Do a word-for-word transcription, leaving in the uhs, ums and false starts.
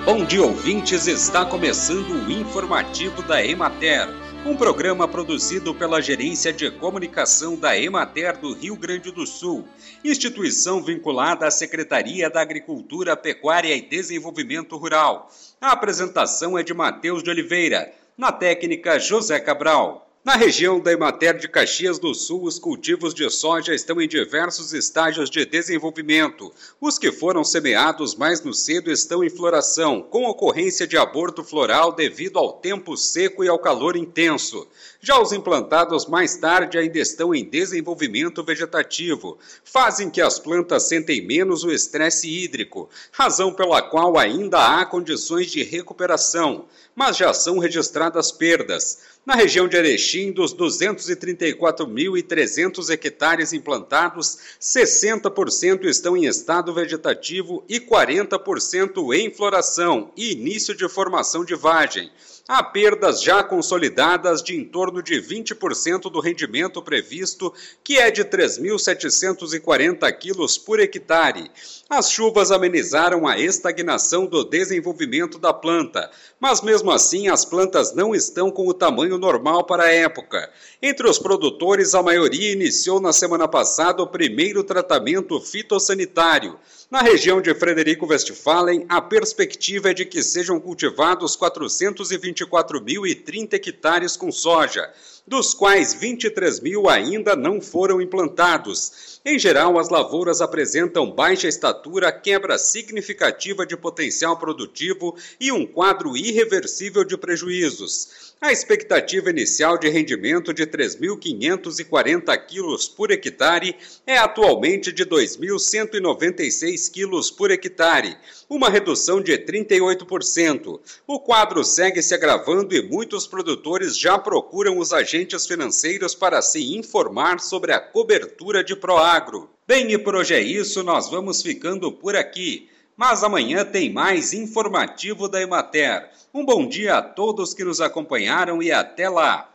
Bom dia, ouvintes, está começando o informativo da Emater, um programa produzido pela Gerência de Comunicação da Emater do Rio Grande do Sul, instituição vinculada à Secretaria da Agricultura, Pecuária e Desenvolvimento Rural. A apresentação é de Matheus de Oliveira, na técnica José Cabral. Na região da Emater de Caxias do Sul, os cultivos de soja estão em diversos estágios de desenvolvimento. Os que foram semeados mais no cedo estão em floração, com ocorrência de aborto floral devido ao tempo seco e ao calor intenso. Já os implantados mais tarde ainda estão em desenvolvimento vegetativo, fazem que as plantas sentem menos o estresse hídrico, razão pela qual ainda há condições de recuperação, mas já são registradas perdas. Na região de Erechim, dos duzentos e trinta e quatro mil e trezentos hectares implantados, sessenta por cento estão em estado vegetativo e quarenta por cento em floração e início de formação de vagem. Há perdas já consolidadas de em torno de vinte por cento do rendimento previsto, que é de três mil setecentos e quarenta quilos por hectare. As chuvas amenizaram a estagnação do desenvolvimento da planta, mas mesmo assim as plantas não estão com o tamanho normal para a época. Entre os produtores, a maioria iniciou na semana passada o primeiro tratamento fitossanitário. Na região de Frederico Westphalen, a perspectiva é de que sejam cultivados quatrocentos e vinte e quatro mil e trinta hectares com soja, dos quais vinte e três mil ainda não foram implantados. Em geral, as lavouras apresentam baixa estatura, quebra significativa de potencial produtivo e um quadro irreversível de prejuízos. A expectativa inicial de rendimento de três mil quinhentos e quarenta quilos por hectare é atualmente de dois mil cento e noventa e seis quilos por hectare, uma redução de trinta e oito por cento. O quadro segue se agravando e muitos produtores já procuram os agentes financeiros para se informar sobre a cobertura de Proagro. Bem, e por hoje é isso, nós vamos ficando por aqui. Mas amanhã tem mais informativo da Emater. Um bom dia a todos que nos acompanharam e até lá!